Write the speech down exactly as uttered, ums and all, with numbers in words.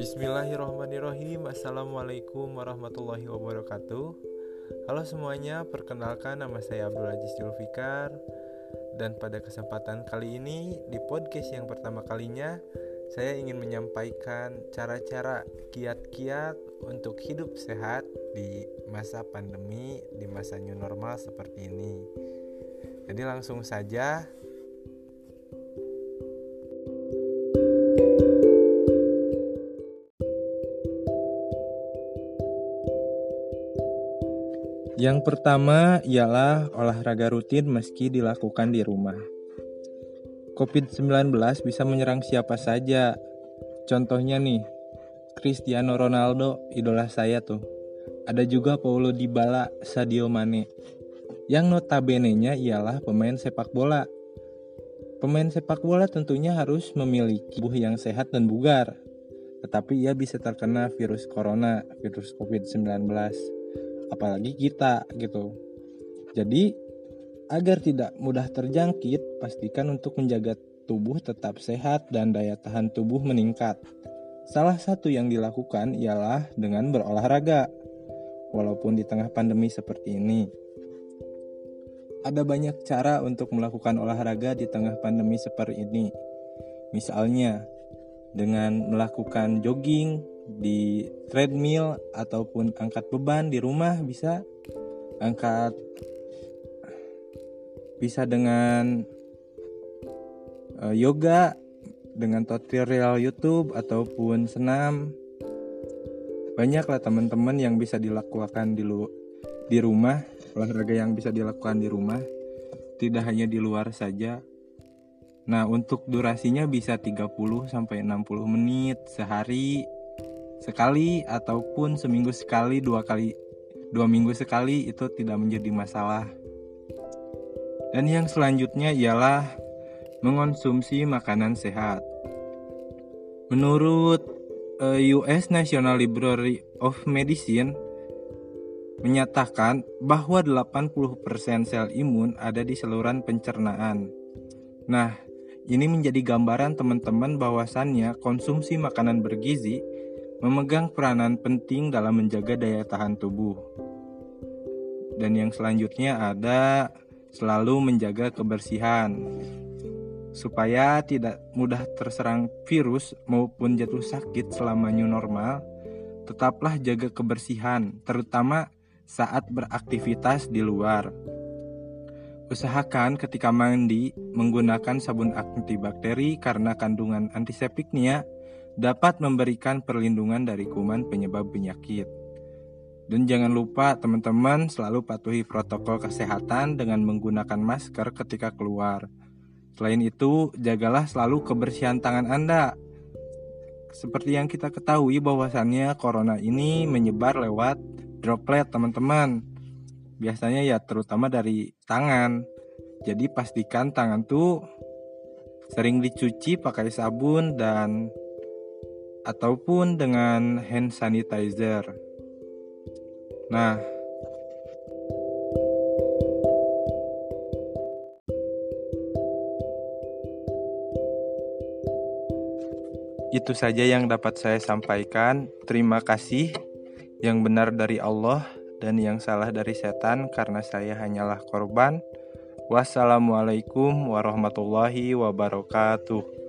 Bismillahirrahmanirrahim. Assalamualaikum warahmatullahi wabarakatuh. Halo semuanya, perkenalkan nama saya Abdul Aziz Zulfikar. Dan pada kesempatan kali ini, di podcast yang pertama kalinya, saya ingin menyampaikan cara-cara kiat-kiat untuk hidup sehat di masa pandemi, di masa new normal seperti ini. Jadi langsung saja. Yang pertama ialah olahraga rutin meski dilakukan di rumah. covid sembilan belas bisa menyerang siapa saja. Contohnya nih, Cristiano Ronaldo, idola saya tuh. Ada juga Paulo Dybala, Sadio Mane. Yang notabene-nya ialah pemain sepak bola. Pemain sepak bola tentunya harus memiliki tubuh yang sehat dan bugar. Tetapi ia bisa terkena virus corona, virus covid sembilan belas. Apalagi kita gitu. Jadi agar tidak mudah terjangkit, pastikan untuk menjaga tubuh tetap sehat dan daya tahan tubuh meningkat. Salah satu yang dilakukan ialah dengan berolahraga. Walaupun di tengah pandemi seperti ini, ada banyak cara untuk melakukan olahraga di tengah pandemi seperti ini. Misalnya dengan melakukan jogging di treadmill ataupun angkat beban di rumah, bisa angkat bisa dengan uh, yoga, dengan tutorial YouTube ataupun senam. Banyaklah teman-teman yang bisa dilakukan di lu- di rumah, olahraga yang bisa dilakukan di rumah, tidak hanya di luar saja. Nah, untuk durasinya bisa tiga puluh sampai enam puluh menit sehari sekali ataupun seminggu sekali, dua kali, dua minggu sekali, itu tidak menjadi masalah. Dan yang selanjutnya ialah mengonsumsi makanan sehat. Menurut uh, U S National Library of Medicine menyatakan bahwa delapan puluh persen sel imun ada di saluran pencernaan. Nah, ini menjadi gambaran teman-teman bahwasannya konsumsi makanan bergizi memegang peranan penting dalam menjaga daya tahan tubuh. Dan yang selanjutnya ada selalu menjaga kebersihan. Supaya tidak mudah terserang virus maupun jatuh sakit selama new normal, tetaplah jaga kebersihan, terutama saat beraktivitas di luar. Usahakan ketika mandi menggunakan sabun antibakteri karena kandungan antiseptiknya dapat memberikan perlindungan dari kuman penyebab penyakit. Dan jangan lupa teman-teman selalu patuhi protokol kesehatan dengan menggunakan masker ketika keluar. Selain itu, jagalah selalu kebersihan tangan Anda. Seperti yang kita ketahui bahwasannya corona ini menyebar lewat droplet teman-teman. Biasanya ya terutama dari tangan. Jadi pastikan tangan tuh sering dicuci pakai sabun dan ataupun dengan hand sanitizer. Nah, itu saja yang dapat saya sampaikan. Terima kasih. Yang benar dari Allah dan yang salah dari setan, karena saya hanyalah korban. Wassalamualaikum warahmatullahi wabarakatuh.